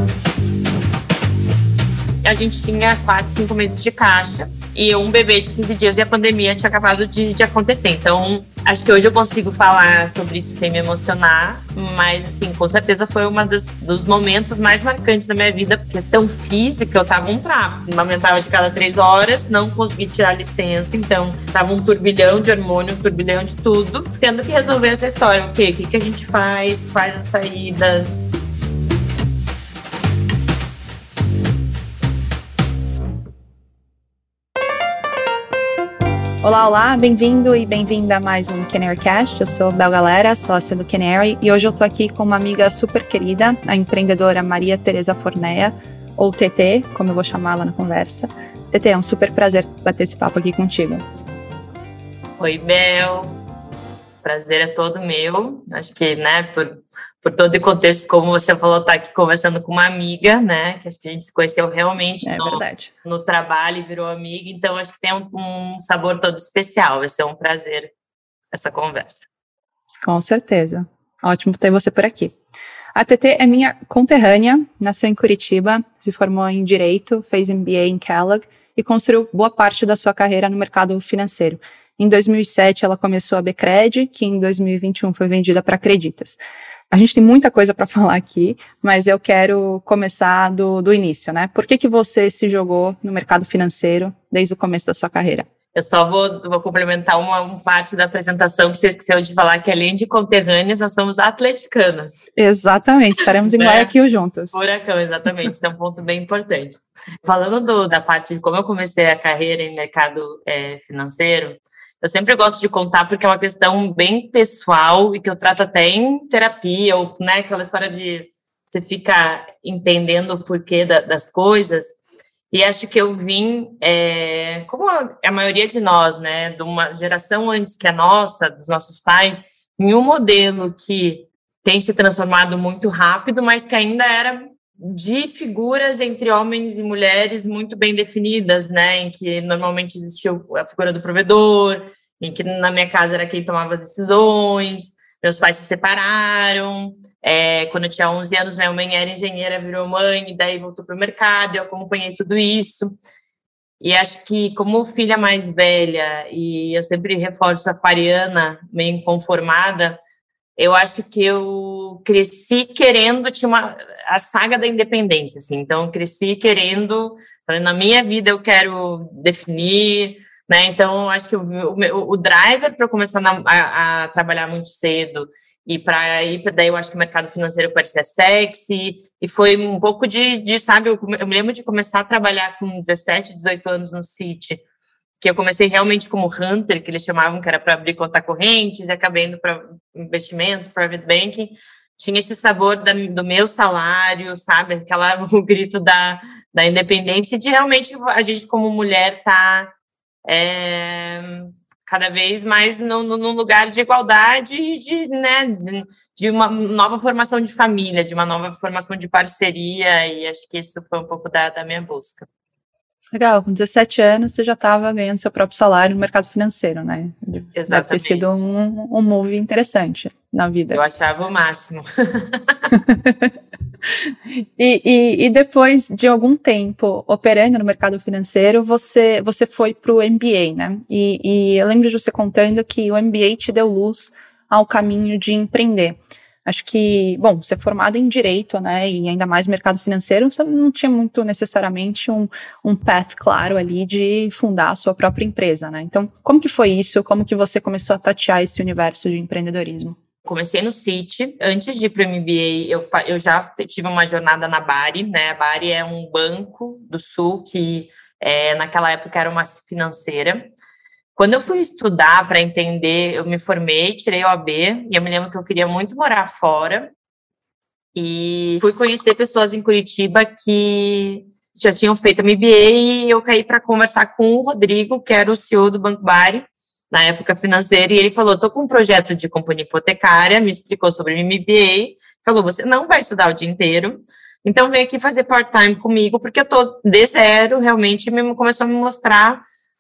A gente tinha 4, 5 meses de caixa e um bebê de 15 dias e a pandemia tinha acabado de acontecer. Então, acho que hoje eu consigo falar sobre isso sem me emocionar, mas, assim, com certeza foi dos momentos mais marcantes da minha vida. Questão física, eu tava um trapo. Me amamentava de cada 3 horas, não consegui tirar licença, então tava um turbilhão de hormônio, um turbilhão de tudo, tendo que resolver essa história. O quê? O que a gente faz? Quais as saídas? Olá, olá, bem-vindo e bem-vinda a mais um CanaryCast. Eu sou Bel Galera, sócia do Canary, e hoje eu tô aqui com uma amiga super querida, a empreendedora Maria Tereza Fornea, ou TT, como eu vou chamá-la na conversa. TT, é um super prazer bater esse papo aqui contigo. Oi, Bel. Prazer é todo meu. Acho que, né, por todo o contexto, como você falou, tá aqui conversando com uma amiga, né, que acho que a gente se conheceu realmente no trabalho e virou amiga, então acho que tem um sabor todo especial. Vai ser um prazer essa conversa. Com certeza. Ótimo ter você por aqui. A TT é minha conterrânea, nasceu em Curitiba, se formou em Direito, fez MBA em Kellogg e construiu boa parte da sua carreira no mercado financeiro. Em 2007, ela começou a Bcred, que em 2021 foi vendida para Creditas. A gente tem muita coisa para falar aqui, mas eu quero começar do início, né? Por que você se jogou no mercado financeiro desde o começo da sua carreira? Eu só vou complementar uma parte da apresentação que você esqueceu de falar, que além de conterrâneas, nós somos atleticanas. Exatamente, estaremos em Guayaquil juntas. Furacão, exatamente, isso é um ponto bem importante. Falando da parte de como eu comecei a carreira em mercado financeiro, eu sempre gosto de contar porque é uma questão bem pessoal e que eu trato até em terapia, ou, né, aquela história de você ficar entendendo o porquê das coisas. E acho que eu vim, como a maioria de nós, né, de uma geração antes que a nossa, dos nossos pais, em um modelo que tem se transformado muito rápido, mas que ainda era de figuras entre homens e mulheres muito bem definidas, né, em que normalmente existia a figura do provedor, em que na minha casa era quem tomava as decisões. Meus pais se separaram, quando eu tinha 11 anos, minha mãe era engenheira, virou mãe, e daí voltou para o mercado, eu acompanhei tudo isso. E acho que, como filha mais velha, e eu sempre reforço a aquariana, meio inconformada, eu acho que eu cresci querendo, a saga da independência, assim. Então, eu cresci querendo, na minha vida eu quero definir, né? Então, acho que o driver para eu começar a trabalhar muito cedo e para ir, daí eu acho que o mercado financeiro parecia sexy, e foi um pouco sabe, eu me lembro de começar a trabalhar com 17, 18 anos no Citi, que eu comecei realmente como hunter, que eles chamavam, que era para abrir conta correntes, e acabei indo para investimento, private banking. Tinha esse sabor do meu salário, sabe? O grito da independência, e de realmente a gente, como mulher, tá cada vez mais num lugar de igualdade e de uma nova formação de família, de uma nova formação de parceria, e acho que isso foi um pouco da minha busca. Legal, com 17 anos você já estava ganhando seu próprio salário no mercado financeiro, né? Exatamente. Deve ter sido um move interessante na vida. Eu achava o máximo. E depois de algum tempo operando no mercado financeiro, você foi para o MBA, né? E eu lembro de você contando que o MBA te deu luz ao caminho de empreender. Acho que, bom, você é formado em Direito, né, e ainda mais mercado financeiro, você não tinha muito necessariamente um path claro ali de fundar a sua própria empresa, né? Então, como que foi isso? Como que você começou a tatear esse universo de empreendedorismo? Comecei no Citi. Antes de ir para o MBA, eu já tive uma jornada na Bari, né? A Bari é um banco do Sul que, naquela época, era uma financeira. Quando eu fui estudar para entender, eu me formei, tirei o OAB, e eu me lembro que eu queria muito morar fora, e fui conhecer pessoas em Curitiba que já tinham feito MBA, e eu caí para conversar com o Rodrigo, que era o CEO do Banco Bari, na época financeira, e ele falou, estou com um projeto de companhia hipotecária, me explicou sobre o MBA, falou, você não vai estudar o dia inteiro, então vem aqui fazer part-time comigo, porque eu estou de zero, realmente começou a me mostrar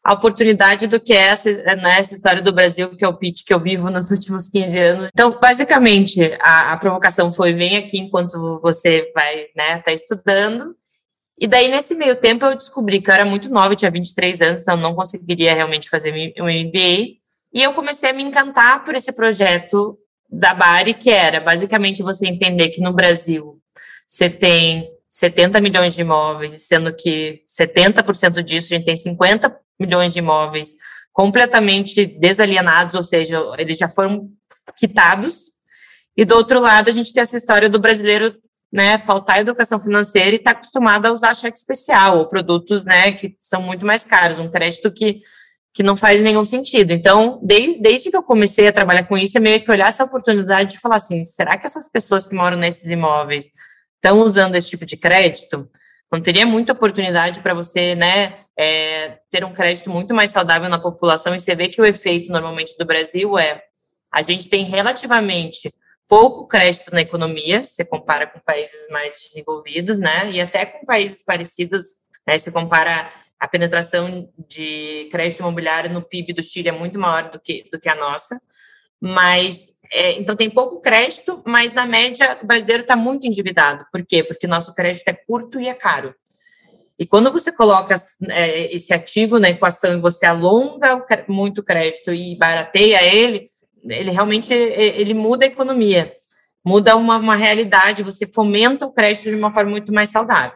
a oportunidade do que é essa história do Brasil, que é o pitch que eu vivo nos últimos 15 anos. Então, basicamente, a provocação foi: vem aqui enquanto você vai, né, tá estudando. E daí, nesse meio tempo, eu descobri que eu era muito nova, eu tinha 23 anos, então eu não conseguiria realmente fazer um MBA. E eu comecei a me encantar por esse projeto da Bari, que era basicamente você entender que no Brasil você tem 70 milhões de imóveis, sendo que 70% disso a gente tem 50 milhões de imóveis completamente desalienados, ou seja, eles já foram quitados. E do outro lado, a gente tem essa história do brasileiro, né, faltar educação financeira e estar acostumado a usar cheque especial, ou produtos, né, que são muito mais caros, um crédito que não faz nenhum sentido. Então, desde que eu comecei a trabalhar com isso, é meio que olhar essa oportunidade de falar assim: será que essas pessoas que moram nesses imóveis estão usando esse tipo de crédito? Não teria muita oportunidade para você, né, ter um crédito muito mais saudável na população? E você vê que o efeito, normalmente, do Brasil a gente tem relativamente pouco crédito na economia, se compara com países mais desenvolvidos, né, e até com países parecidos, né, se compara a penetração de crédito imobiliário no PIB do Chile é muito maior do que a nossa, mas, então tem pouco crédito, mas na média o brasileiro está muito endividado. Por quê? Porque o nosso crédito é curto e é caro. E quando você coloca esse ativo na equação e você alonga muito crédito e barateia ele realmente ele muda a economia, muda uma realidade, você fomenta o crédito de uma forma muito mais saudável.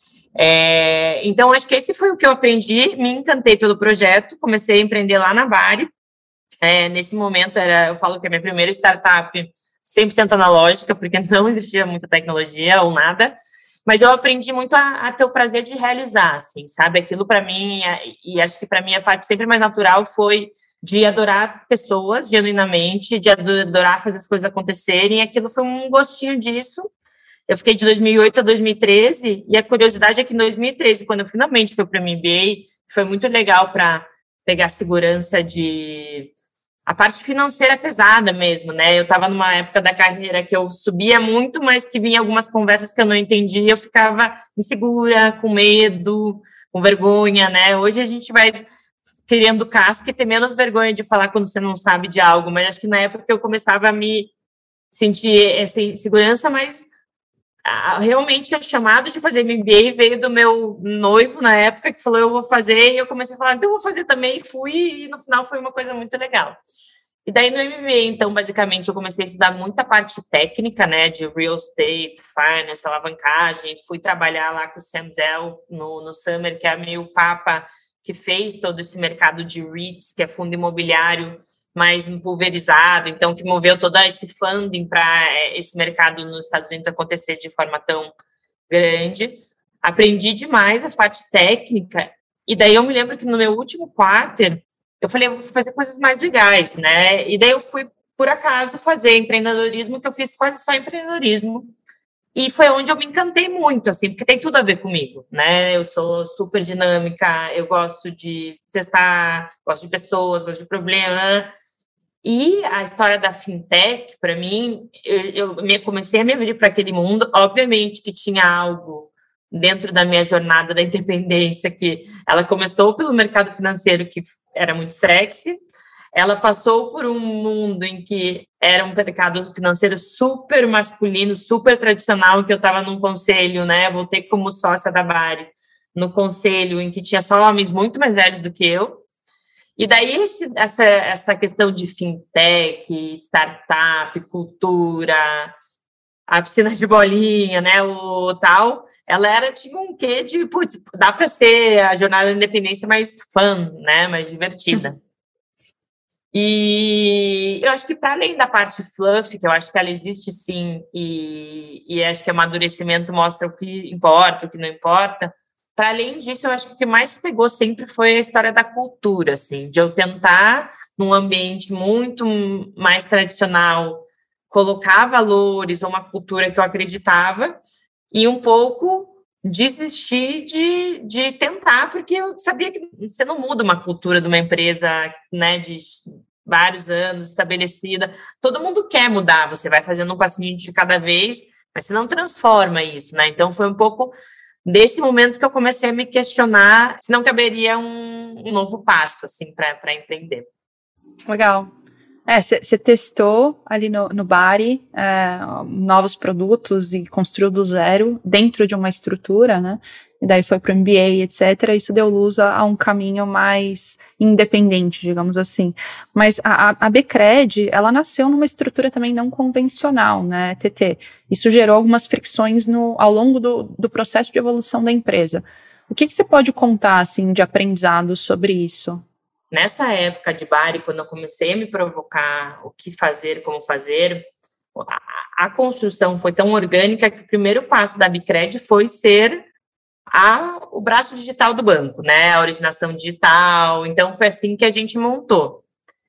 Então, acho que esse foi o que eu aprendi, me encantei pelo projeto, comecei a empreender lá na Bari. Nesse momento, eu falo que é a minha primeira startup 100% analógica, porque não existia muita tecnologia ou nada, mas eu aprendi muito a ter o prazer de realizar, assim, sabe? Aquilo para mim, e acho que para mim a parte sempre mais natural foi de adorar pessoas, genuinamente, de adorar fazer as coisas acontecerem, e aquilo foi um gostinho disso. Eu fiquei de 2008 a 2013, e a curiosidade é que em 2013, quando eu finalmente fui para o MBA, foi muito legal para pegar a segurança a parte financeira pesada mesmo, né? Eu estava numa época da carreira que eu subia muito, mas que vinha algumas conversas que eu não entendia, eu ficava insegura, com medo, com vergonha, né? Hoje a gente vai criando casca e ter menos vergonha de falar quando você não sabe de algo, mas acho que na época eu começava a me sentir essa insegurança, mas realmente o chamado de fazer MBA veio do meu noivo na época, que falou: eu vou fazer, e eu comecei a falar: então eu vou fazer também, e fui, e no final foi uma coisa muito legal. E daí no MBA, então, basicamente, eu comecei a estudar muita parte técnica, né, de real estate, finance, alavancagem, fui trabalhar lá com o Sam Zell no Summer, que é meio o papa que fez todo esse mercado de REITs, que é fundo imobiliário mais pulverizado, então que moveu todo esse funding para esse mercado nos Estados Unidos acontecer de forma tão grande. Aprendi demais a parte técnica, e daí eu me lembro que no meu último quarter, eu falei: eu vou fazer coisas mais legais, né? E daí eu fui, por acaso, fazer empreendedorismo, que eu fiz quase só empreendedorismo, e foi onde eu me encantei muito, assim, porque tem tudo a ver comigo, né? Eu sou super dinâmica, eu gosto de testar, gosto de pessoas, gosto de problemas. E a história da fintech, para mim, eu comecei a me abrir para aquele mundo. Obviamente que tinha algo dentro da minha jornada da independência, que ela começou pelo mercado financeiro, que era muito sexy. Ela passou por um mundo em que era um mercado financeiro super masculino, super tradicional, que eu estava num conselho, né? Voltei como sócia da Bari, no conselho em que tinha só homens muito mais velhos do que eu. E daí essa questão de fintech, startup, cultura, a piscina de bolinha, né, o tal, ela tinha um quê de, putz, dá para ser a jornada da independência mais fun, né, mais divertida. E eu acho que para além da parte fluff, que eu acho que ela existe sim, e acho que o amadurecimento mostra o que importa, o que não importa. Para além disso, eu acho que o que mais pegou sempre foi a história da cultura, assim, de eu tentar, num ambiente muito mais tradicional, colocar valores ou uma cultura que eu acreditava e um pouco desistir de tentar, porque eu sabia que você não muda uma cultura de uma empresa, né, de vários anos estabelecida. Todo mundo quer mudar, você vai fazendo um passinho de cada vez, mas você não transforma isso, né? Então, foi um pouco desse momento que eu comecei a me questionar se não caberia um novo passo, assim, para empreender. Legal. Você testou ali no Bari novos produtos e construiu do zero dentro de uma estrutura, né? E daí foi para o MBA, etc. Isso deu luz a um caminho mais independente, digamos assim. Mas a Bcred, ela nasceu numa estrutura também não convencional, né, TT? Isso gerou algumas fricções ao longo do processo de evolução da empresa. O que você pode contar, assim, de aprendizado sobre isso? Nessa época de Bari, quando eu comecei a me provocar o que fazer, como fazer, a construção foi tão orgânica que o primeiro passo da Bcred foi ser o braço digital do banco, né? A originação digital. Então, foi assim que a gente montou.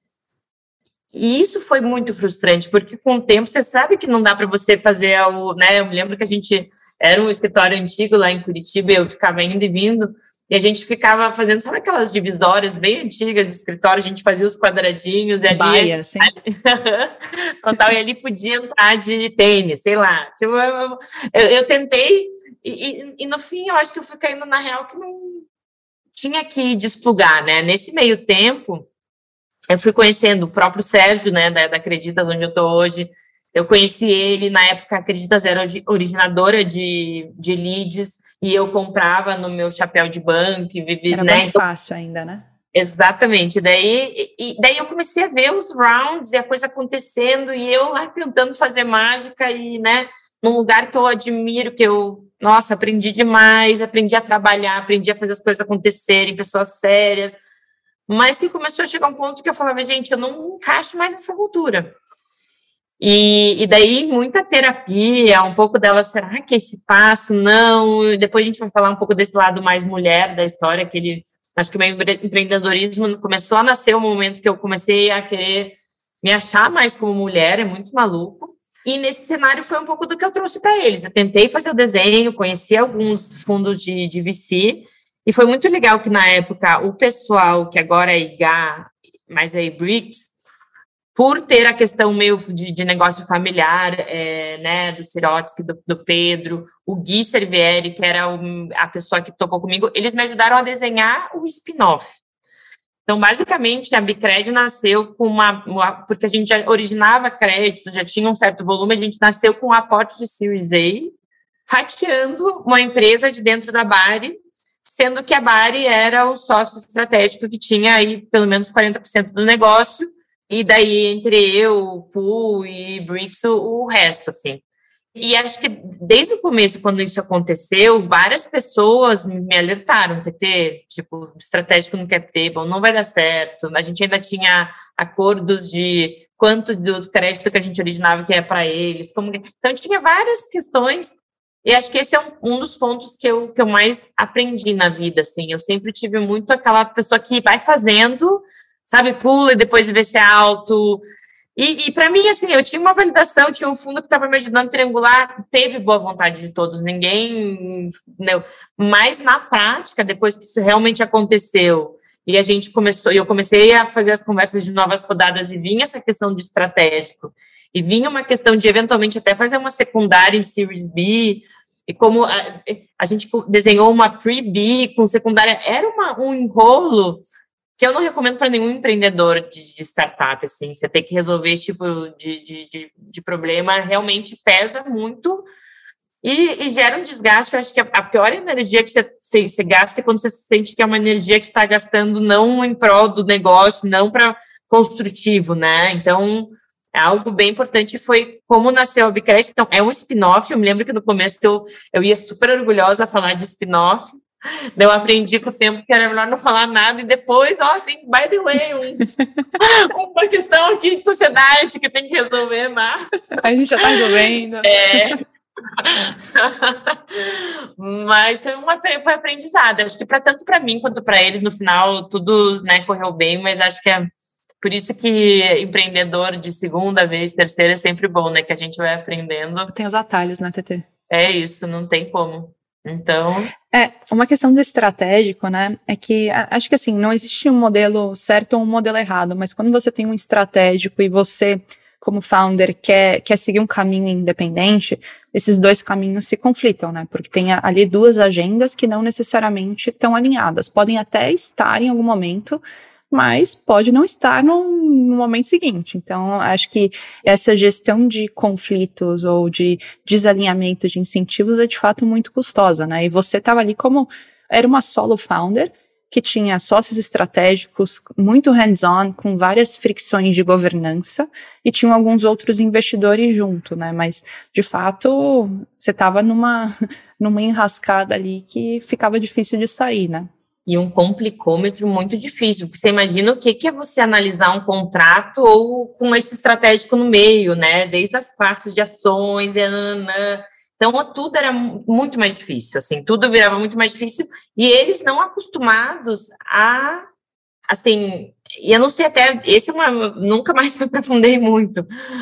E isso foi muito frustrante, porque com o tempo você sabe que não dá para você fazer né? Eu me lembro que a gente era um escritório antigo lá em Curitiba, eu ficava indo e vindo, e a gente ficava fazendo, sabe aquelas divisórias bem antigas de escritório, a gente fazia os quadradinhos e ali... Baia, sim. Total, e ali podia entrar de tênis, sei lá. Tipo, eu tentei, e no fim eu acho que eu fui caindo na real que não tinha que desplugar, né? Nesse meio tempo, eu fui conhecendo o próprio Sérgio, né, da Acreditas, onde eu estou hoje. Eu conheci ele, na época, a Acreditas era originadora de leads, e eu comprava no meu chapéu de banco. Era bem fácil ainda, né? Exatamente. Daí eu comecei a ver os rounds e a coisa acontecendo, e eu lá tentando fazer mágica, e, né, num lugar que eu admiro, que eu, nossa, aprendi demais, aprendi a trabalhar, aprendi a fazer as coisas acontecerem, pessoas sérias, mas que começou a chegar um ponto que eu falava, gente, eu não encaixo mais nessa cultura. E daí muita terapia, um pouco dela, será que esse passo? Não. E depois a gente vai falar um pouco desse lado mais mulher da história, acho que o meu empreendedorismo começou a nascer no momento que eu comecei a querer me achar mais como mulher, é muito maluco. E nesse cenário foi um pouco do que eu trouxe para eles. Eu tentei fazer o desenho, conheci alguns fundos de VC, e foi muito legal que, na época, o pessoal, que agora é IGA, mas é IBRICS, por ter a questão meio de negócio familiar, né, do Sirotsky, do Pedro, o Gui Servieri, que era a pessoa que tocou comigo, eles me ajudaram a desenhar o spin-off. Então, basicamente, a Bcred nasceu com porque a gente já originava crédito, já tinha um certo volume, a gente nasceu com um aporte de Series A, fatiando uma empresa de dentro da Bari, sendo que a Bari era o sócio estratégico que tinha aí pelo menos 40% do negócio, e daí entre eu, o Pool e Bricks, o resto, assim. E acho que desde o começo, quando isso aconteceu, várias pessoas me alertaram, TT, tipo, estratégico no cap table, não vai dar certo. A gente ainda tinha acordos de quanto do crédito que a gente originava que é para eles. Então, tinha várias questões, e acho que esse é um dos pontos que eu mais aprendi na vida, assim. Eu sempre tive muito aquela pessoa que vai fazendo, sabe, pula e depois vê se é alto. E para mim, assim, eu tinha uma validação, tinha um fundo que estava me ajudando a triangular, teve boa vontade de todos, ninguém... Não. Mas, na prática, depois que isso realmente aconteceu, e eu comecei a fazer as conversas de novas rodadas, e vinha essa questão de estratégico, e vinha uma questão de, eventualmente, até fazer uma secundária em Series B, e como a gente desenhou uma pre-B com secundária, era um enrolo que eu não recomendo para nenhum empreendedor de startup, assim, você tem que resolver esse tipo de problema, realmente pesa muito e gera um desgaste. Eu acho que a pior energia que você gasta é quando você sente que é uma energia que está gastando não em prol do negócio, não para construtivo, né? Então, é algo bem importante, foi como nasceu a Bcred. Então, é um spin-off, eu me lembro que no começo eu ia super orgulhosa a falar de spin-off. Eu aprendi com o tempo que era melhor não falar nada, e depois, tem, by the way, uma questão aqui de sociedade que tem que resolver, mas... A gente já está resolvendo. Mas foi aprendizado. Acho que tanto para mim quanto para eles, no final, tudo, né, correu bem, mas acho que é por isso que empreendedor de segunda vez, terceira é sempre bom, né, que a gente vai aprendendo. Tem os atalhos, né, TT? É isso, não tem como. Então... uma questão do estratégico, né, é que acho que assim, não existe um modelo certo ou um modelo errado, mas quando você tem um estratégico e você como founder, quer seguir um caminho independente, esses dois caminhos se conflitam, né? Porque tem ali duas agendas que não necessariamente estão alinhadas. Podem até estar em algum momento, mas pode não estar no momento seguinte. Então, acho que essa gestão de conflitos ou de desalinhamento de incentivos é de fato muito custosa, né? E você estava ali era uma solo founder, que tinha sócios estratégicos, muito hands-on, com várias fricções de governança, e tinham alguns outros investidores junto, né? Mas, de fato, você estava numa enrascada ali que ficava difícil de sair, né? E um complicômetro muito difícil, porque você imagina o que é você analisar um contrato ou com esse estratégico no meio, né? Desde as classes de ações, então, tudo era muito mais difícil, assim, tudo virava muito mais difícil, e eles não acostumados a, assim, e eu não sei até, nunca mais me aprofundei muito,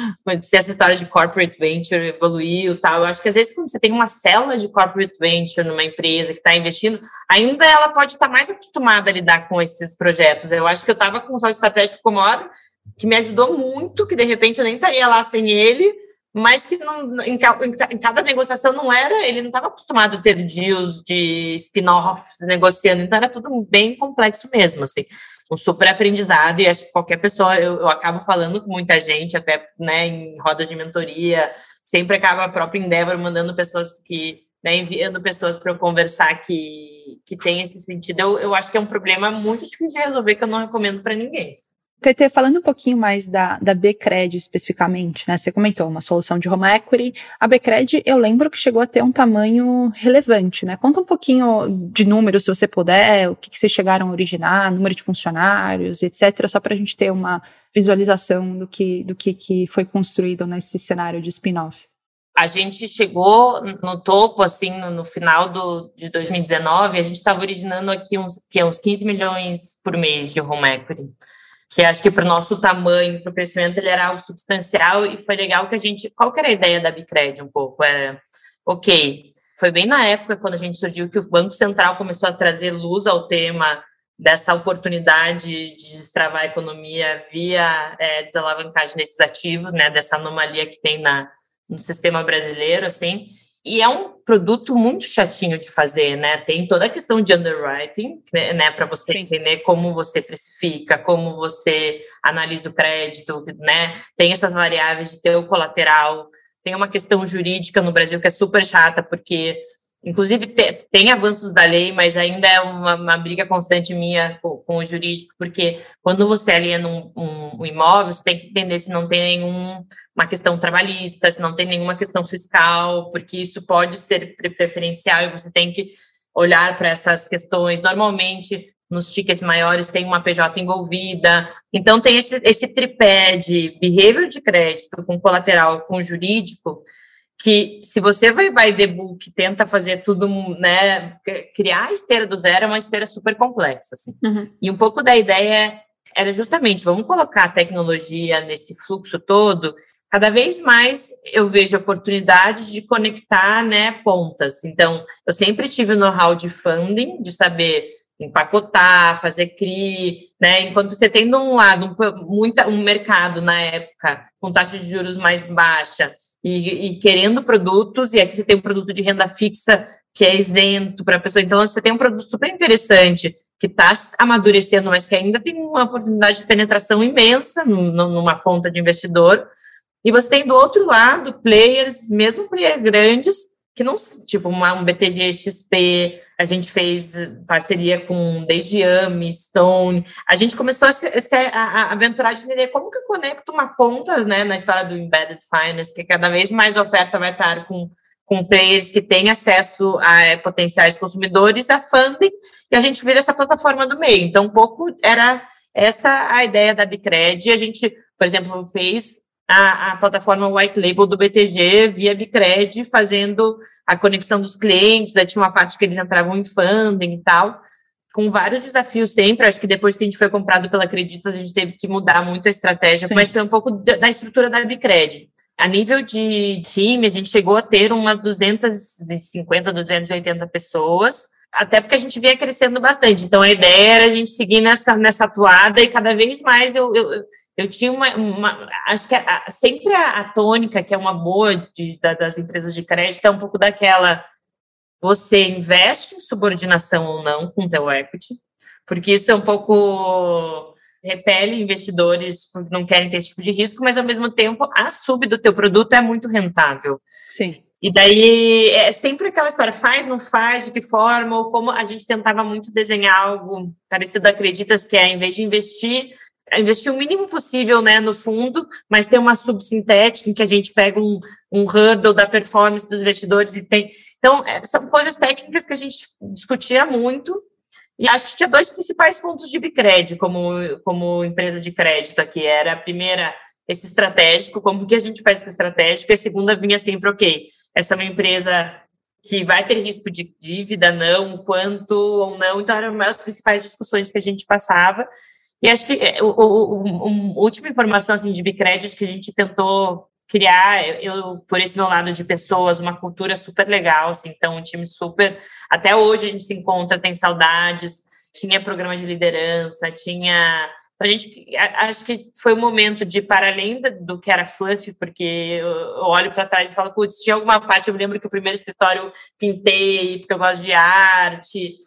se essa história de corporate venture evoluiu e tal. Eu acho que às vezes quando você tem uma célula de corporate venture numa empresa que está investindo, ainda ela pode estar mais acostumada a lidar com esses projetos. Eu acho que eu estava com um sócio estratégico como hora, que me ajudou muito, que de repente eu nem estaria lá sem ele, mas que em cada negociação ele não estava acostumado a ter deals de spin-offs negociando, então era tudo bem complexo mesmo, assim, um super aprendizado, e acho que qualquer pessoa, eu acabo falando com muita gente, até, né, em rodas de mentoria, sempre acaba a própria Endeavor mandando pessoas enviando pessoas para eu conversar que tem esse sentido. Eu acho que é um problema muito difícil de resolver, que eu não recomendo para ninguém. TT, falando um pouquinho mais da BCred especificamente, né? Você comentou uma solução de home equity. A BCred, eu lembro que chegou a ter um tamanho relevante, né? Conta um pouquinho de números, se você puder, o que vocês chegaram a originar, número de funcionários, etc., só para a gente ter uma visualização do que foi construído nesse cenário de spin-off. A gente chegou no topo, assim, no final de 2019, a gente estava originando aqui uns 15 milhões por mês de home equity, que acho que para o nosso tamanho, para o crescimento, ele era algo substancial, e foi legal que qual que era a ideia da BCred um pouco? Foi bem na época, quando a gente surgiu, que o Banco Central começou a trazer luz ao tema dessa oportunidade de destravar a economia via desalavancagem desses ativos, né, dessa anomalia que tem no sistema brasileiro, assim. E é um produto muito chatinho de fazer, né? Tem toda a questão de underwriting, né? Para você Sim. entender como você precifica, como você analisa o crédito, né? Tem essas variáveis de ter o colateral. Tem uma questão jurídica no Brasil que é super chata, porque, inclusive, tem avanços da lei, mas ainda é uma briga constante minha com o jurídico, porque quando você aliena um imóvel, você tem que entender se não tem uma questão trabalhista, se não tem nenhuma questão fiscal, porque isso pode ser preferencial e você tem que olhar para essas questões. Normalmente, nos tickets maiores, tem uma PJ envolvida. Então, tem esse tripé de behavior de crédito com colateral, com jurídico, que se você vai by the book, tenta fazer tudo, né, criar a esteira do zero é uma esteira super complexa, assim. Uhum. E um pouco da ideia era justamente, vamos colocar a tecnologia nesse fluxo todo. Cada vez mais eu vejo a oportunidade de conectar, né, pontas. Então, eu sempre tive o know-how de funding, de saber empacotar, fazer CRI, né? Enquanto você tem de um lado um mercado na época com taxa de juros mais baixa e querendo produtos, e aqui você tem um produto de renda fixa que é isento para a pessoa. Então, você tem um produto super interessante que está amadurecendo, mas que ainda tem uma oportunidade de penetração imensa numa ponta de investidor. E você tem do outro lado players, mesmo players grandes, que não, tipo um BTG XP, a gente fez parceria com desde Yami, Stone, a gente começou a aventurar de entender como que eu conecto uma ponta, né, na história do Embedded Finance, que cada vez mais a oferta vai estar com players que têm acesso a potenciais consumidores, a funding, e a gente vira essa plataforma do meio. Então, um pouco era essa a ideia da BCred. A gente, por exemplo, fez a plataforma White Label do BTG via BCred, fazendo a conexão dos clientes. Aí tinha uma parte que eles entravam em funding e tal, com vários desafios sempre. Acho que depois que a gente foi comprado pela Creditas, a gente teve que mudar muito a estratégia, Sim. mas foi um pouco da estrutura da BCred. A nível de time, a gente chegou a ter umas 250, 280 pessoas, até porque a gente vinha crescendo bastante. Então, a ideia era a gente seguir nessa atuada, e cada vez mais eu tinha acho que sempre a tônica, que é uma boa das empresas de crédito, é um pouco daquela, você investe em subordinação ou não com o teu equity, porque isso é um pouco repele investidores porque não querem ter esse tipo de risco, mas, ao mesmo tempo, a sub do teu produto é muito rentável. Sim. E daí, é sempre aquela história, faz, não faz, de que forma, ou como a gente tentava muito desenhar algo parecido a Acreditas, que é, em vez de investir o mínimo possível, né, no fundo, mas ter uma subsintética em que a gente pega um hurdle da performance dos investidores e tem... Então, são coisas técnicas que a gente discutia muito, e acho que tinha 2 principais pontos de Bicred como empresa de crédito aqui. Era a primeira, esse estratégico, como que a gente faz com o estratégico, e a segunda vinha sempre, ok, essa é uma empresa que vai ter risco de dívida, não, quanto ou não. Então, eram as principais discussões que a gente passava. E acho que a última informação assim, de Bicred que a gente tentou criar, por esse meu lado de pessoas, uma cultura super legal, assim, então um time super... Até hoje a gente se encontra, tem saudades, tinha programa de liderança, tinha... A gente, acho que foi um momento de, para além do que era fluff, porque eu olho para trás e falo, putz, tinha alguma parte, eu me lembro que o primeiro escritório pintei, porque eu gosto de arte,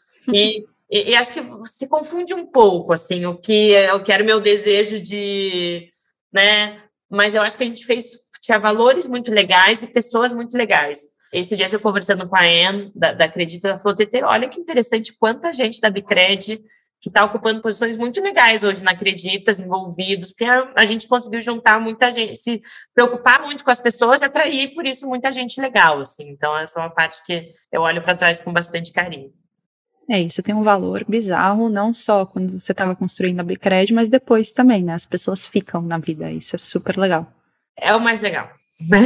e acho que se confunde um pouco, assim, o que era o meu desejo de, né, mas eu acho que a gente tinha valores muito legais e pessoas muito legais. Esses dias eu conversando com a Anne, da Acredita, ela falou, TT, olha que interessante quanta gente da Bicred que está ocupando posições muito legais hoje na Acreditas, envolvidos, porque a gente conseguiu juntar muita gente, se preocupar muito com as pessoas e atrair, por isso, muita gente legal, assim. Então, essa é uma parte que eu olho para trás com bastante carinho. É, isso tem um valor bizarro, não só quando você estava construindo a Bicred, mas depois também, né? As pessoas ficam na vida, isso é super legal. É o mais legal, né?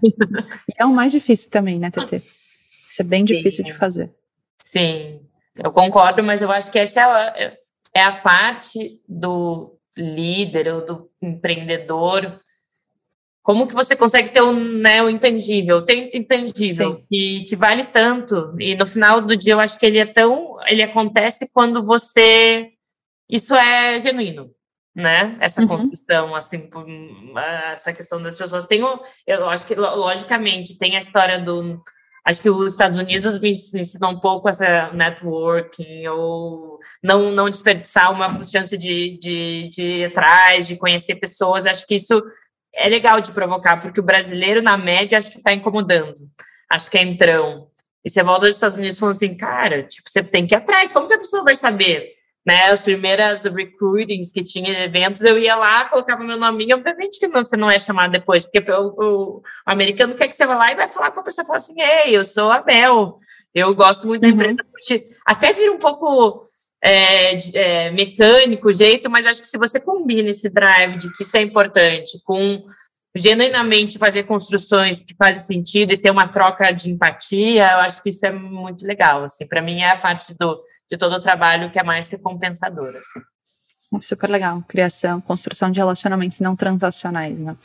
E é o mais difícil também, né, TT? Isso é bem difícil de fazer. Sim, eu concordo, mas eu acho que essa é a parte do líder ou do empreendedor. Como que você consegue ter o intangível? Tem intangível que vale tanto. E no final do dia, eu acho que ele acontece quando você... Isso é genuíno, né? Essa construção, assim, essa questão das pessoas. Eu acho que, logicamente, tem a história do... Acho que os Estados Unidos me ensinam um pouco essa networking, ou não desperdiçar uma chance de ir atrás, de conhecer pessoas. Acho que isso é legal de provocar, porque o brasileiro, na média, acho que está incomodando. Acho que é entrão. E você volta dos Estados Unidos falando assim, cara, tipo, você tem que ir atrás. Como que a pessoa vai saber? Né, as primeiras recruitings que tinha eventos, eu ia lá, colocava meu nominho, obviamente que você não é chamado depois, porque o americano quer que você vá lá e vai falar com a pessoa, fala assim, ei, eu sou a Bel, eu gosto muito da empresa, até vira um pouco mecânico o jeito, mas acho que se você combina esse drive de que isso é importante, com genuinamente fazer construções que fazem sentido e ter uma troca de empatia, eu acho que isso é muito legal, assim, para mim é a parte de todo o trabalho que é mais recompensador, assim. Super legal, criação, construção de relacionamentos não transacionais, né?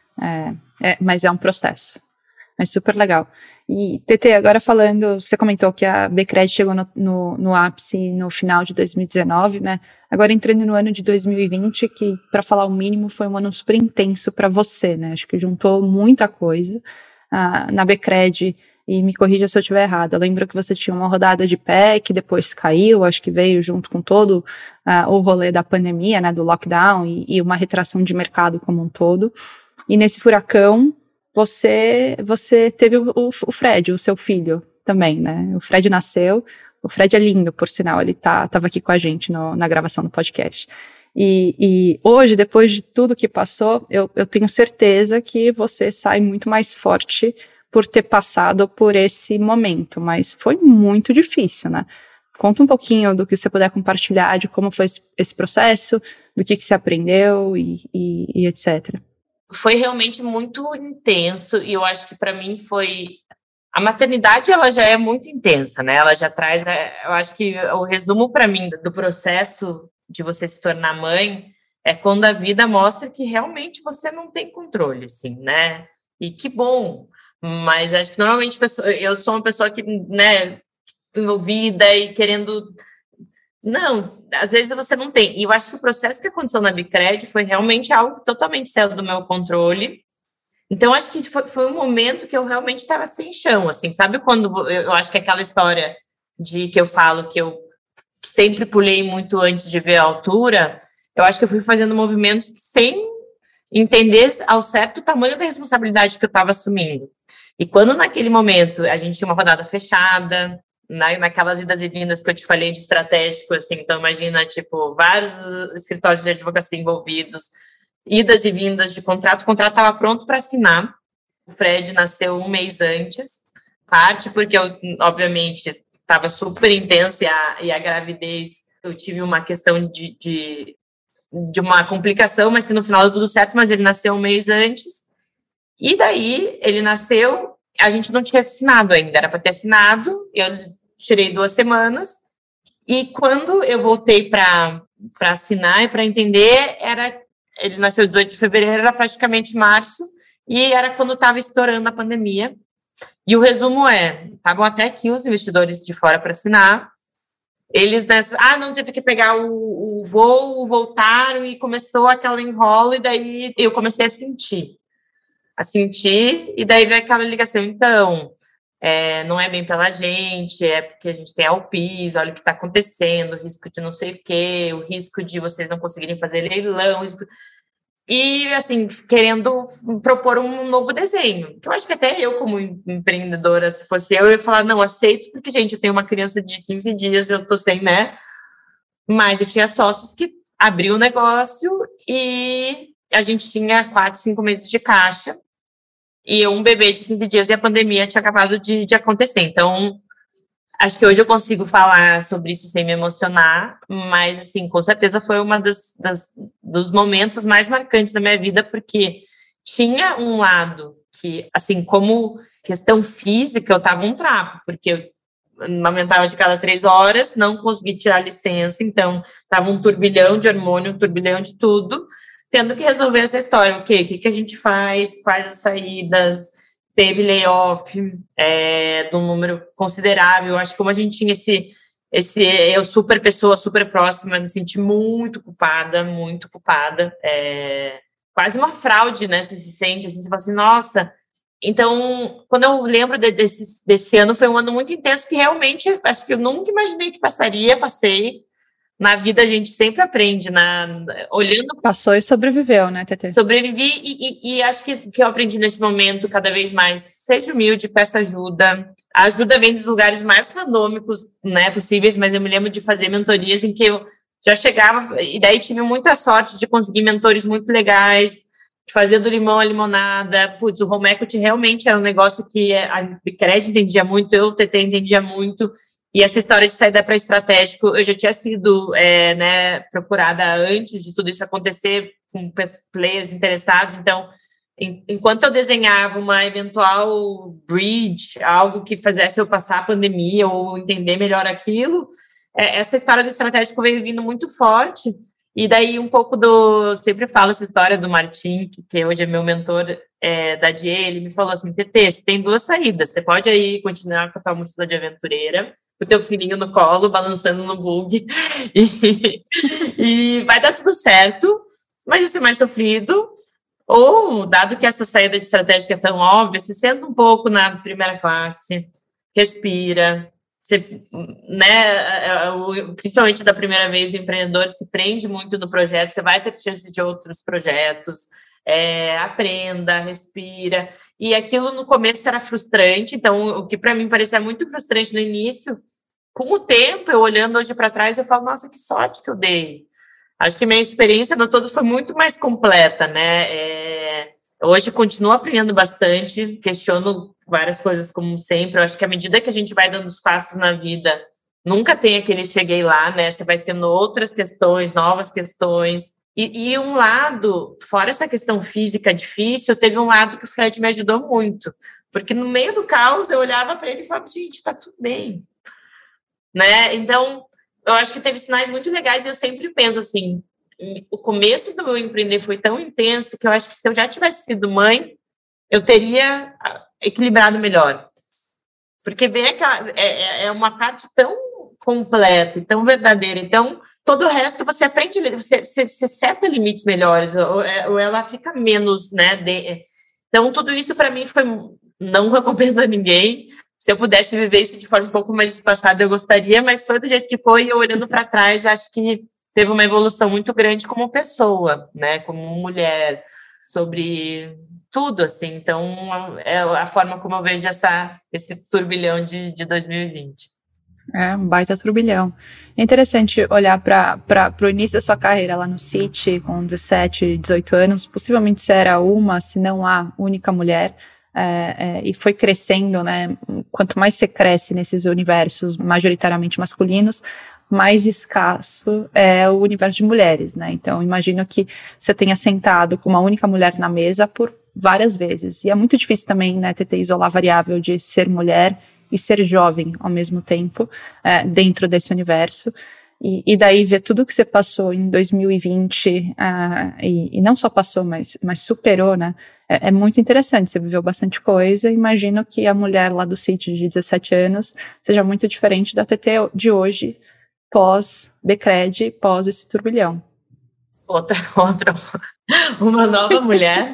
Mas é um processo, é super legal. E, TT, agora falando, você comentou que a Bicred chegou no ápice no final de 2019, né? Agora entrando no ano de 2020, que, para falar o mínimo, foi um ano super intenso para você, né? Acho que juntou muita coisa na Bicred. E me corrija se eu estiver errado. Eu lembro que você tinha uma rodada de pé que depois caiu, acho que veio junto com todo o rolê da pandemia, né, do lockdown e uma retração de mercado como um todo. E nesse furacão, você teve o Fred, o seu filho também, né? O Fred nasceu, o Fred é lindo, por sinal, ele estava aqui com a gente na gravação do podcast. E hoje, depois de tudo que passou, eu tenho certeza que você sai muito mais forte por ter passado por esse momento, mas foi muito difícil, né? Conta um pouquinho do que você puder compartilhar, de como foi esse processo, do que você aprendeu e etc. Foi realmente muito intenso, e eu acho que para mim foi... A maternidade, ela já é muito intensa, né? Ela já traz... Eu acho que o resumo para mim do processo de você se tornar mãe é quando a vida mostra que realmente você não tem controle, assim, né? E que bom! Mas acho que normalmente eu sou uma pessoa que, né, envolvida e querendo Não, às vezes você não tem. E eu acho que o processo que aconteceu na Bicred foi realmente algo totalmente saiu do meu controle. Então, acho que foi um momento que eu realmente estava sem chão, assim, sabe quando eu acho que aquela história de que eu falo que eu sempre pulei muito antes de ver a altura, eu acho que eu fui fazendo movimentos sem entender ao certo o tamanho da responsabilidade que eu estava assumindo. E quando naquele momento a gente tinha uma rodada fechada, naquelas idas e vindas que eu te falei de estratégico, assim, então imagina, tipo, vários escritórios de advocacia envolvidos, idas e vindas de contrato, o contrato estava pronto para assinar, o Fred nasceu um mês antes, parte porque eu, obviamente, estava super intensa e a gravidez, eu tive uma questão de uma complicação, mas que no final deu tudo certo, mas ele nasceu um mês antes, e daí ele nasceu, a gente não tinha assinado ainda, era para ter assinado, eu tirei 2 semanas, e quando eu voltei para assinar e para entender, ele nasceu 18 de fevereiro, era praticamente março, e era quando estava estourando a pandemia. E o resumo estavam até aqui os investidores de fora para assinar, eles não teve que pegar o voo, voltaram e começou aquela enrola, e daí eu comecei a sentir, e daí veio aquela ligação, então, não é bem pela gente, é porque a gente tem Alpis, olha o que está acontecendo, o risco de não sei o quê, o risco de vocês não conseguirem fazer leilão, e, assim, querendo propor um novo desenho, que eu acho que até eu, como empreendedora, se fosse eu ia falar, não, aceito, porque, gente, eu tenho uma criança de 15 dias, eu tô sem, né? Mas eu tinha sócios que abriu o negócio e a gente tinha 4, 5 meses de caixa e um bebê de 15 dias e a pandemia tinha acabado de acontecer. Então, acho que hoje eu consigo falar sobre isso sem me emocionar, mas, assim, com certeza foi uma dos momentos mais marcantes da minha vida, porque tinha um lado que, assim, como questão física, eu estava um trapo, porque eu amamentava de cada 3 horas, não consegui tirar licença, então estava um turbilhão de hormônio, um turbilhão de tudo, tendo que resolver essa história, o que a gente faz, quais as saídas, teve layoff de um número considerável. Acho que como a gente tinha eu super pessoa, super próxima, me senti muito culpada, quase uma fraude, né? Você se sente assim, você fala assim, nossa. Então, quando eu lembro desse ano, foi um ano muito intenso que realmente, acho que eu nunca imaginei que passei. Na vida a gente sempre aprende, olhando... Passou e sobreviveu, né, TT? Sobrevivi e acho que eu aprendi nesse momento cada vez mais, seja humilde, peça ajuda. A ajuda vem dos lugares mais randômicos, né, possíveis, mas eu me lembro de fazer mentorias em que eu já chegava, e daí tive muita sorte de conseguir mentores muito legais, de fazer do limão a limonada. Putz, o home equity realmente era um negócio que a Bicred entendia muito, eu, o TT, entendia muito. E essa história de saída para estratégico, eu já tinha sido procurada antes de tudo isso acontecer, com players interessados. Então, enquanto eu desenhava uma eventual bridge, algo que fizesse eu passar a pandemia ou entender melhor aquilo, essa história do estratégico veio vindo muito forte. E daí um pouco sempre falo essa história do Martim, que hoje é meu mentor da DIE, ele me falou assim, TT, você tem 2 saídas, você pode aí continuar com a tua mochila de aventureira, com o teu filhinho no colo, balançando no bug, e vai dar tudo certo, mas vai ser mais sofrido, ou, dado que essa saída de estratégica é tão óbvia, você senta um pouco na primeira classe, respira, você, né, principalmente da primeira vez, o empreendedor se prende muito no projeto, você vai ter chance de outros projetos, aprenda, respira, e aquilo no começo era frustrante, então o que para mim parecia muito frustrante no início, com o tempo, eu olhando hoje para trás, eu falo, nossa, que sorte que eu dei. Acho que minha experiência no todo foi muito mais completa, né? Hoje continuo aprendendo bastante, questiono várias coisas como sempre. Eu acho que à medida que a gente vai dando os passos na vida, nunca tem aquele cheguei lá, né? Você vai tendo outras questões, novas questões. E um lado, fora essa questão física difícil, teve um lado que o Fred me ajudou muito. Porque no meio do caos, eu olhava para ele e falava, gente, tá tudo bem. Né? Então, eu acho que teve sinais muito legais e eu sempre penso assim, o começo do meu empreender foi tão intenso que eu acho que se eu já tivesse sido mãe, eu teria equilibrado melhor. Porque vem uma parte tão completa e tão verdadeira. Então, todo o resto você aprende, você seta limites melhores, ou ela fica menos, né? Então, tudo isso para mim foi, não recomendo a ninguém. Se eu pudesse viver isso de forma um pouco mais espaçada, eu gostaria, mas foi do jeito que foi, eu olhando para trás, acho que teve uma evolução muito grande como pessoa, né? Como mulher, sobre tudo, assim. Então, é a forma como eu vejo esse turbilhão de 2020. É um baita turbilhão. É interessante olhar para o início da sua carreira lá no Citi, com 17, 18 anos. Possivelmente você era se não a única mulher, e foi crescendo, né? Quanto mais você cresce nesses universos majoritariamente masculinos, mais escasso é o universo de mulheres, né? Então, imagino que você tenha sentado com uma única mulher na mesa por várias vezes. E é muito difícil também, né, TT, isolar a variável de ser mulher e ser jovem ao mesmo tempo, dentro desse universo, e daí ver tudo que você passou em 2020, e não só passou, mas superou, né, é muito interessante. Você viveu bastante coisa. Imagino que a mulher lá do Citi de 17 anos seja muito diferente da TT de hoje, pós-Becred, pós esse turbilhão. Outra, uma nova mulher.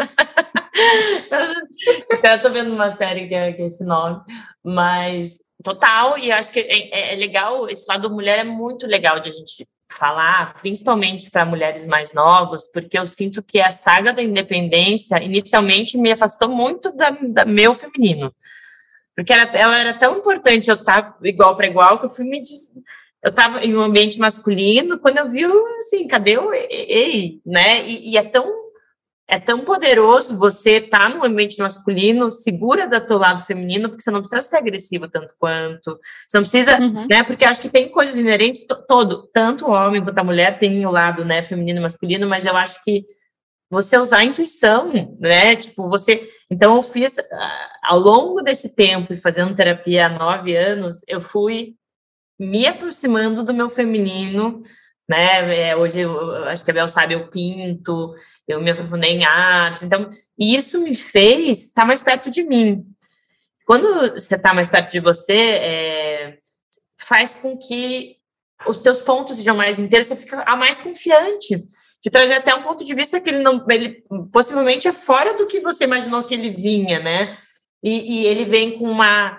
Eu tô vendo uma série que é esse nome, mas total, e eu acho que é legal, esse lado mulher é muito legal de a gente falar, principalmente para mulheres mais novas, porque eu sinto que a saga da independência inicialmente me afastou muito da meu feminino, porque ela era tão importante eu estar igual para igual, que eu fui eu estava em um ambiente masculino, quando eu vi, assim, cadê o ei, né? E é tão poderoso você estar num ambiente masculino, segura do teu lado feminino, porque você não precisa ser agressivo tanto quanto, você não precisa, né, porque acho que tem coisas inerentes, tanto o homem quanto a mulher tem o lado, né, feminino e masculino, mas eu acho que você usar a intuição, né, tipo, então eu fiz, ao longo desse tempo, e fazendo terapia há 9 anos, eu fui me aproximando do meu feminino, né? Hoje eu acho que a Bel sabe, eu pinto, eu me aprofundei em artes, então, e isso me fez estar mais perto de mim. Quando você está mais perto de você, faz com que os teus pontos sejam mais inteiros, você fica mais confiante, de trazer até um ponto de vista que ele possivelmente é fora do que você imaginou que ele vinha, né? E ele vem com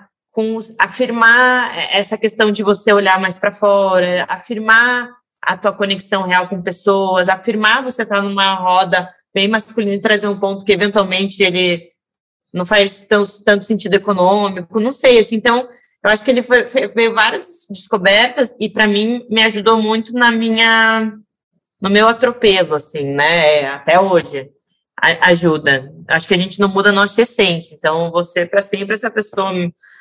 afirmar essa questão de você olhar mais para fora, afirmar a tua conexão real com pessoas, afirmar você estar numa roda bem masculina e trazer um ponto que eventualmente ele não faz tanto sentido econômico, não sei, assim, então eu acho que ele veio várias descobertas e para mim me ajudou muito no meu atropelo, assim, né, até hoje ajuda. Acho que a gente não muda a nossa essência, então você para sempre essa pessoa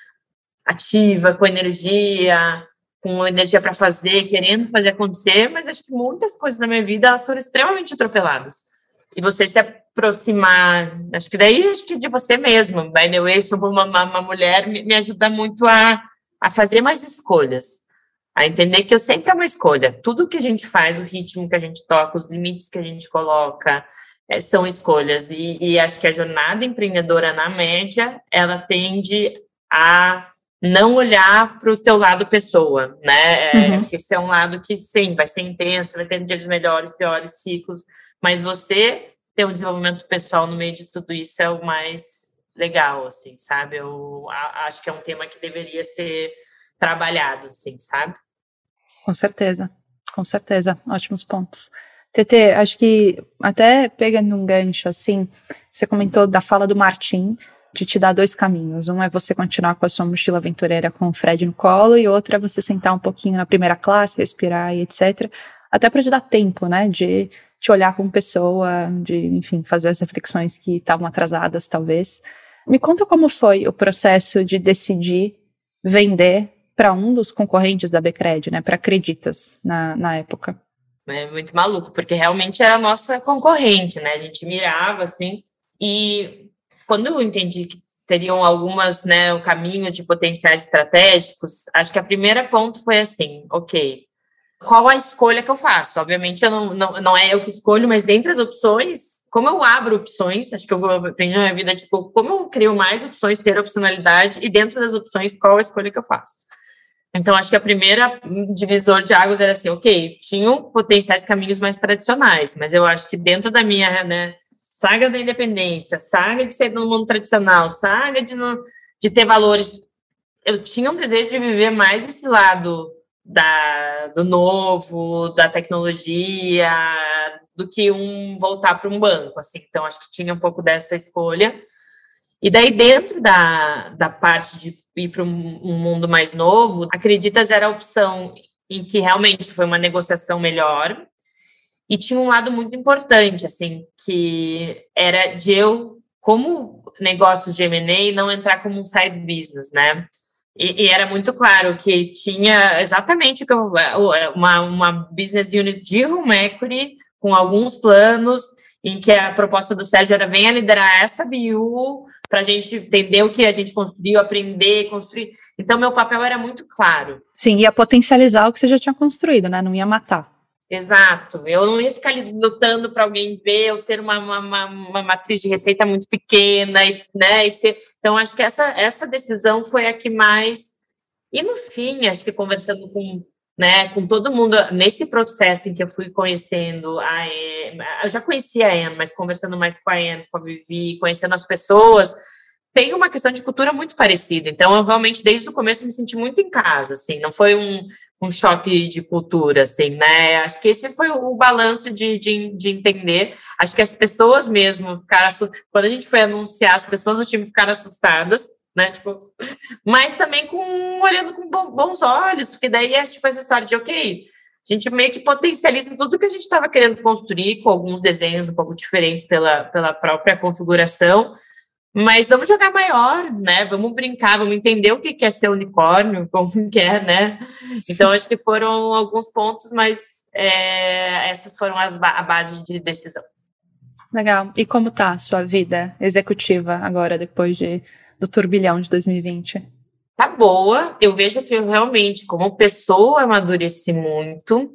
ativa, com energia para fazer, querendo fazer acontecer, mas acho que muitas coisas na minha vida, elas foram extremamente atropeladas. E você se aproximar, acho que de você mesmo, by the way, sobre uma mulher, me ajuda muito a fazer mais escolhas, a entender que eu sempre é uma escolha. Tudo que a gente faz, o ritmo que a gente toca, os limites que a gente coloca, são escolhas. E acho que a jornada empreendedora, na média, ela tende a não olhar para o teu lado pessoa, né? Acho que esse é um lado que, sim, vai ser intenso, vai ter dias melhores, piores, ciclos, mas você ter um desenvolvimento pessoal no meio de tudo isso é o mais legal, assim, sabe? Eu acho que é um tema que deveria ser trabalhado, assim, sabe? Com certeza, ótimos pontos. TT, acho que até pegando um gancho, assim, você comentou da fala do Martin, de te dar 2 caminhos. Um é você continuar com a sua mochila aventureira com o Fred no colo, e outro é você sentar um pouquinho na primeira classe, respirar e etc. Até para te dar tempo, né, de te olhar como pessoa, de, enfim, fazer as reflexões que estavam atrasadas, talvez. Me conta como foi o processo de decidir vender para um dos concorrentes da Becred, né, para Acreditas, na época. É muito maluco, porque realmente era a nossa concorrente, né, a gente mirava, assim, e quando eu entendi que teriam algumas, né, o caminho de potenciais estratégicos, acho que a primeira ponto foi assim, ok, qual a escolha que eu faço? Obviamente, não é eu que escolho, mas dentre as opções, como eu abro opções, acho que eu aprendi na minha vida, tipo, como eu crio mais opções, ter opcionalidade, e dentro das opções, qual a escolha que eu faço? Então, acho que a primeira divisor de águas era assim, ok, tinham potenciais caminhos mais tradicionais, mas eu acho que dentro da minha, né, saga da independência, saga de ser do mundo tradicional, saga de ter valores, eu tinha um desejo de viver mais esse lado do novo, da tecnologia, do que voltar para um banco, assim. Então, acho que tinha um pouco dessa escolha. E daí, dentro da parte de ir para um mundo mais novo, Acreditas era a opção em que realmente foi uma negociação melhor. E tinha um lado muito importante, assim, que era de eu, como negócios de M&A, não entrar como um side business, né? E era muito claro que tinha exatamente uma business unit de home equity, com alguns planos, em que a proposta do Sérgio era venha liderar essa BU para a gente entender o que a gente construiu, aprender, construir. Então, meu papel era muito claro. Sim, ia potencializar o que você já tinha construído, né? Não ia matar. Exato. Eu não ia ficar ali lutando para alguém ver, ou ser uma matriz de receita muito pequena, né? Então, acho que essa decisão foi a que mais... E, no fim, acho que conversando com todo mundo, nesse processo em que eu fui conhecendo a Anne, eu já conhecia a Anne, mas conversando mais com a Anne, com a Vivi, conhecendo as pessoas, tem uma questão de cultura muito parecida. Então, eu realmente, desde o começo, me senti muito em casa, assim, não foi um choque de cultura, assim, né? Acho que esse foi o balanço de entender. Acho que as pessoas mesmo ficaram... Quando a gente foi anunciar, as pessoas do time ficaram assustadas, né? Tipo, mas também olhando com bons olhos, porque daí é tipo essa história de, ok, a gente meio que potencializa tudo que a gente estava querendo construir, com alguns desenhos um pouco diferentes pela própria configuração, mas vamos jogar maior, né? Vamos brincar, vamos entender o que é ser unicórnio, como que é, né? Então, acho que foram alguns pontos, mas essas foram a base de decisão. Legal. E como tá a sua vida executiva agora, depois do turbilhão de 2020? Tá boa. Eu vejo que eu realmente, como pessoa, amadureci muito,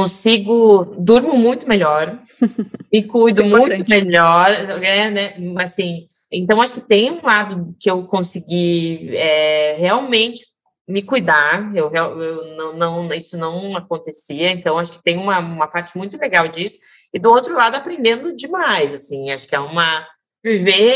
durmo muito melhor, me cuido muito melhor, né? Assim, então, acho que tem um lado que eu consegui realmente me cuidar. Isso não acontecia, então acho que tem uma parte muito legal disso. E do outro lado, aprendendo demais, assim, acho que viver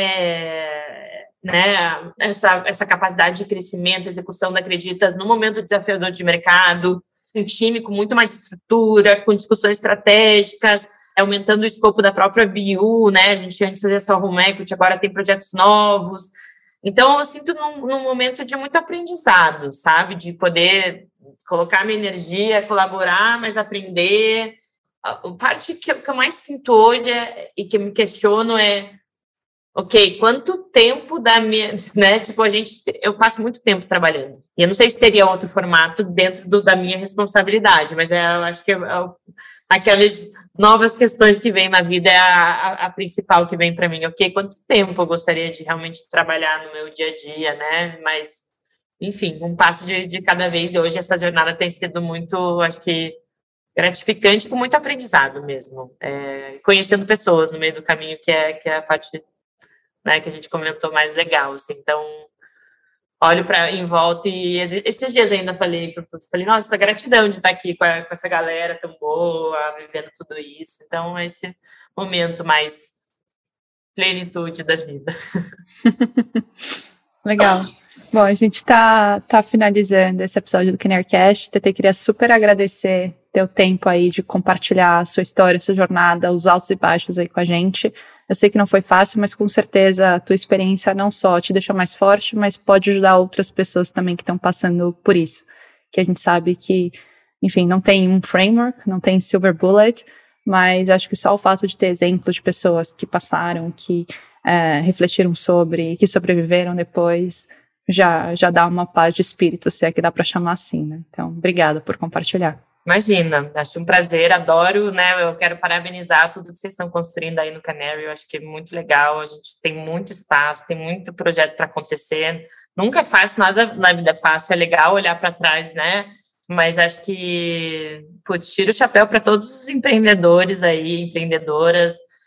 né, essa capacidade de crescimento, execução da Acreditas no momento desafiador de mercado, um time com muito mais estrutura, com discussões estratégicas, aumentando o escopo da própria BU, né? A gente antes fazia só home equity, agora tem projetos novos. Então, eu sinto num momento de muito aprendizado, sabe? De poder colocar minha energia, colaborar, mas aprender. A parte que eu mais sinto hoje e que eu me questiono ok, quanto tempo da minha, né, tipo, eu passo muito tempo trabalhando, e eu não sei se teria outro formato dentro da minha responsabilidade, mas eu acho que aquelas novas questões que vêm na vida é a principal que vem para mim, ok, quanto tempo eu gostaria de realmente trabalhar no meu dia a dia, né, mas, enfim, um passo de cada vez, e hoje essa jornada tem sido muito, acho que, gratificante, com muito aprendizado mesmo, conhecendo pessoas no meio do caminho, que é a parte, né, que a gente comentou mais legal, assim. Então, olho em volta e esses dias ainda falei, nossa, gratidão de estar aqui com essa galera tão boa, vivendo tudo isso. Então, esse momento mais plenitude da vida. Legal. Bom, a gente tá finalizando esse episódio do KNRCast. TT, queria super agradecer teu tempo aí de compartilhar a sua história, a sua jornada, os altos e baixos aí com a gente. Eu sei que não foi fácil, mas com certeza a tua experiência não só te deixou mais forte, mas pode ajudar outras pessoas também que estão passando por isso. Que a gente sabe que, enfim, não tem um framework, não tem silver bullet, mas acho que só o fato de ter exemplos de pessoas que passaram, que refletiram sobre, que sobreviveram depois, já dá uma paz de espírito, se é que dá para chamar assim, né? Então, obrigada por compartilhar. Imagina, acho um prazer, adoro, né? Eu quero parabenizar tudo que vocês estão construindo aí no Canary, eu acho que é muito legal, a gente tem muito espaço, tem muito projeto para acontecer, nunca é fácil, nada na vida é fácil, é legal olhar para trás, né? Mas acho que, tiro o chapéu para todos os empreendedores aí, empreendedoras,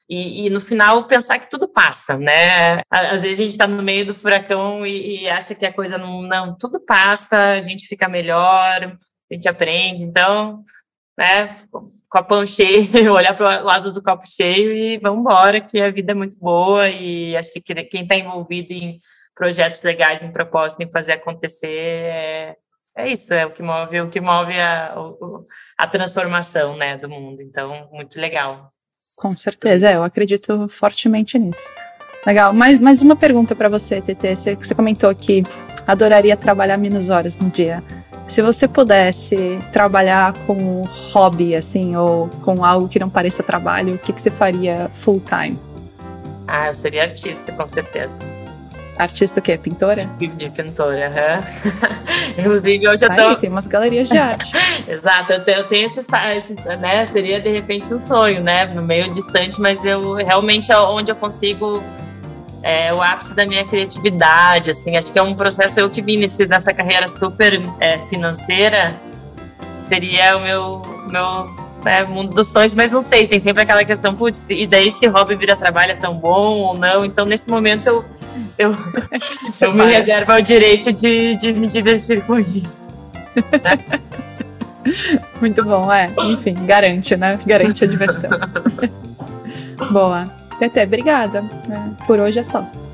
E no final pensar que tudo passa, né? Às vezes a gente está no meio do furacão e acha que a coisa não, tudo passa, a gente fica melhor, a gente aprende, então, né, copão cheio, olhar para o lado do copo cheio e vamos embora, que a vida é muito boa e acho que quem está envolvido em projetos legais, em propósito, em fazer acontecer, é isso, é o que move a transformação, né, do mundo, então, muito legal. Com certeza, eu acredito fortemente nisso. Legal, mais uma pergunta para você, TT. Você comentou que adoraria trabalhar menos horas no dia. Se você pudesse trabalhar com hobby, assim, ou com algo que não pareça trabalho, o que você faria full time? Eu seria artista, com certeza. Artista o quê? Pintora? De pintora, Inclusive, hoje tem umas galerias de arte. Exato, eu tenho esses, né, seria de repente um sonho, né, no meio distante, mas eu realmente é onde eu consigo o ápice da minha criatividade, assim, acho que é um processo, eu que vim nessa carreira super financeira, seria o meu mundo dos sonhos, mas não sei, tem sempre aquela questão, putz, e daí se hobby vira trabalho é tão bom ou não, então nesse momento eu me reservo o direito de me divertir com isso. Muito bom, enfim, garante, né? Garante a diversão. Boa. Tete, obrigada. Por hoje é só.